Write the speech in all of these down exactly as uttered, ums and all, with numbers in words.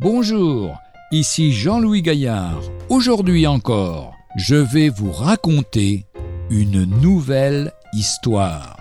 Bonjour, ici Jean-Louis Gaillard. Aujourd'hui encore, je vais vous raconter une nouvelle histoire.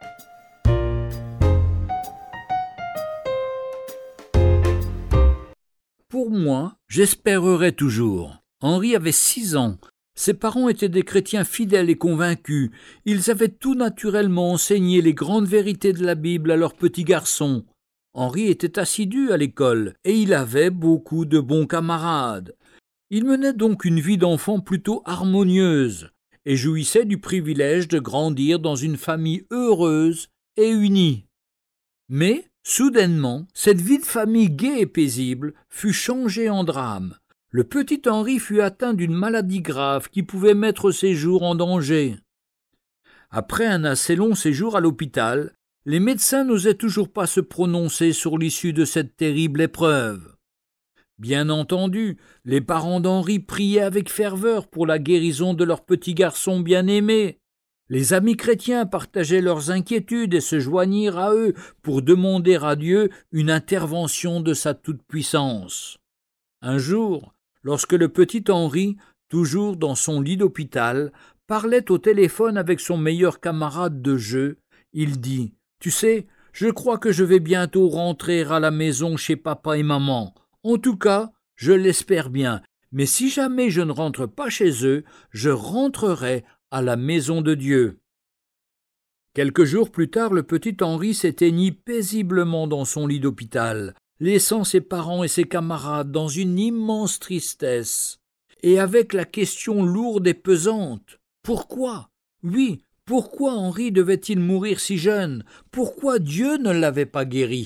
Pour moi, j'espérerai toujours. Henri avait six ans. Ses parents étaient des chrétiens fidèles et convaincus. Ils avaient tout naturellement enseigné les grandes vérités de la Bible à leur petit garçon. Henri était assidu à l'école et il avait beaucoup de bons camarades. Il menait donc une vie d'enfant plutôt harmonieuse et jouissait du privilège de grandir dans une famille heureuse et unie. Mais, soudainement, cette vie de famille gaie et paisible fut changée en drame. Le petit Henri fut atteint d'une maladie grave qui pouvait mettre ses jours en danger. Après un assez long séjour à l'hôpital, les médecins n'osaient toujours pas se prononcer sur l'issue de cette terrible épreuve. Bien entendu, les parents d'Henri priaient avec ferveur pour la guérison de leur petit garçon bien-aimé. Les amis chrétiens partageaient leurs inquiétudes et se joignirent à eux pour demander à Dieu une intervention de sa toute-puissance. Un jour, lorsque le petit Henri, toujours dans son lit d'hôpital, parlait au téléphone avec son meilleur camarade de jeu, il dit « Tu sais, je crois que je vais bientôt rentrer à la maison chez papa et maman. En tout cas, je l'espère bien, mais si jamais je ne rentre pas chez eux, je rentrerai à la maison de Dieu. » Quelques jours plus tard, le petit Henri s'éteignit paisiblement dans son lit d'hôpital, laissant ses parents et ses camarades dans une immense tristesse, et avec la question lourde et pesante. Pourquoi ? Oui, pourquoi Henri devait-il mourir si jeune ? Pourquoi Dieu ne l'avait pas guéri ?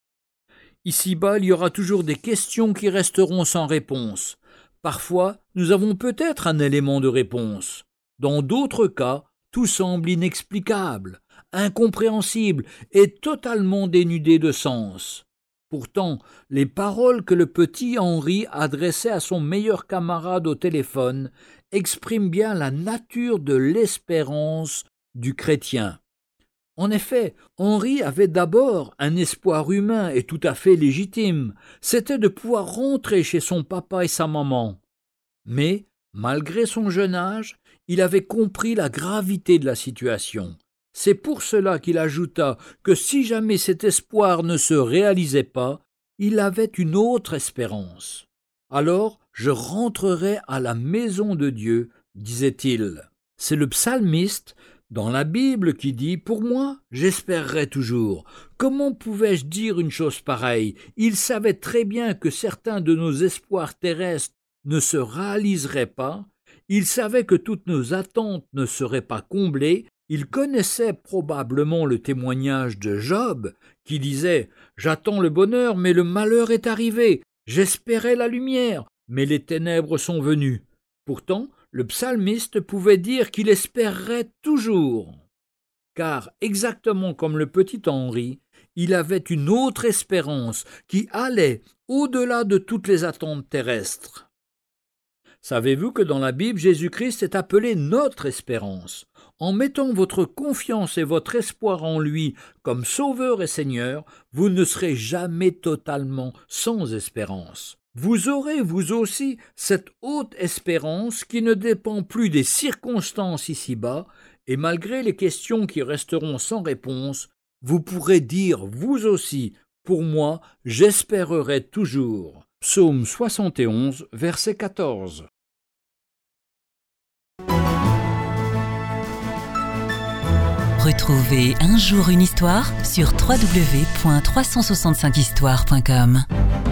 Ici-bas, il y aura toujours des questions qui resteront sans réponse. Parfois, nous avons peut-être un élément de réponse. Dans d'autres cas, tout semble inexplicable, incompréhensible et totalement dénudé de sens. Pourtant, les paroles que le petit Henri adressait à son meilleur camarade au téléphone expriment bien la nature de l'espérance du chrétien. En effet, Henri avait d'abord un espoir humain et tout à fait légitime, c'était de pouvoir rentrer chez son papa et sa maman. Mais, malgré son jeune âge, il avait compris la gravité de la situation. C'est pour cela qu'il ajouta que si jamais cet espoir ne se réalisait pas, il avait une autre espérance. « Alors, je rentrerai à la maison de Dieu », disait-il. C'est le psalmiste dans la Bible qui dit « Pour moi, j'espérerai toujours ». Comment pouvais-je dire une chose pareille ? Il savait très bien que certains de nos espoirs terrestres ne se réaliseraient pas. Il savait que toutes nos attentes ne seraient pas comblées. Il connaissait probablement le témoignage de Job, qui disait « J'attends le bonheur, mais le malheur est arrivé. J'espérais la lumière, mais les ténèbres sont venues. » Pourtant, le psalmiste pouvait dire qu'il espérerait toujours. Car, exactement comme le petit Henri, il avait une autre espérance qui allait au-delà de toutes les attentes terrestres. Savez-vous que dans la Bible, Jésus-Christ est appelé notre espérance ? En mettant votre confiance et votre espoir en lui comme Sauveur et Seigneur, vous ne serez jamais totalement sans espérance. Vous aurez, vous aussi, cette haute espérance qui ne dépend plus des circonstances ici-bas, et malgré les questions qui resteront sans réponse, vous pourrez dire, vous aussi, pour moi, j'espérerai toujours. Psaume soixante et onze, verset quatorze. Retrouvez Un jour une histoire sur w w w point trois cent soixante-cinq histoire point com.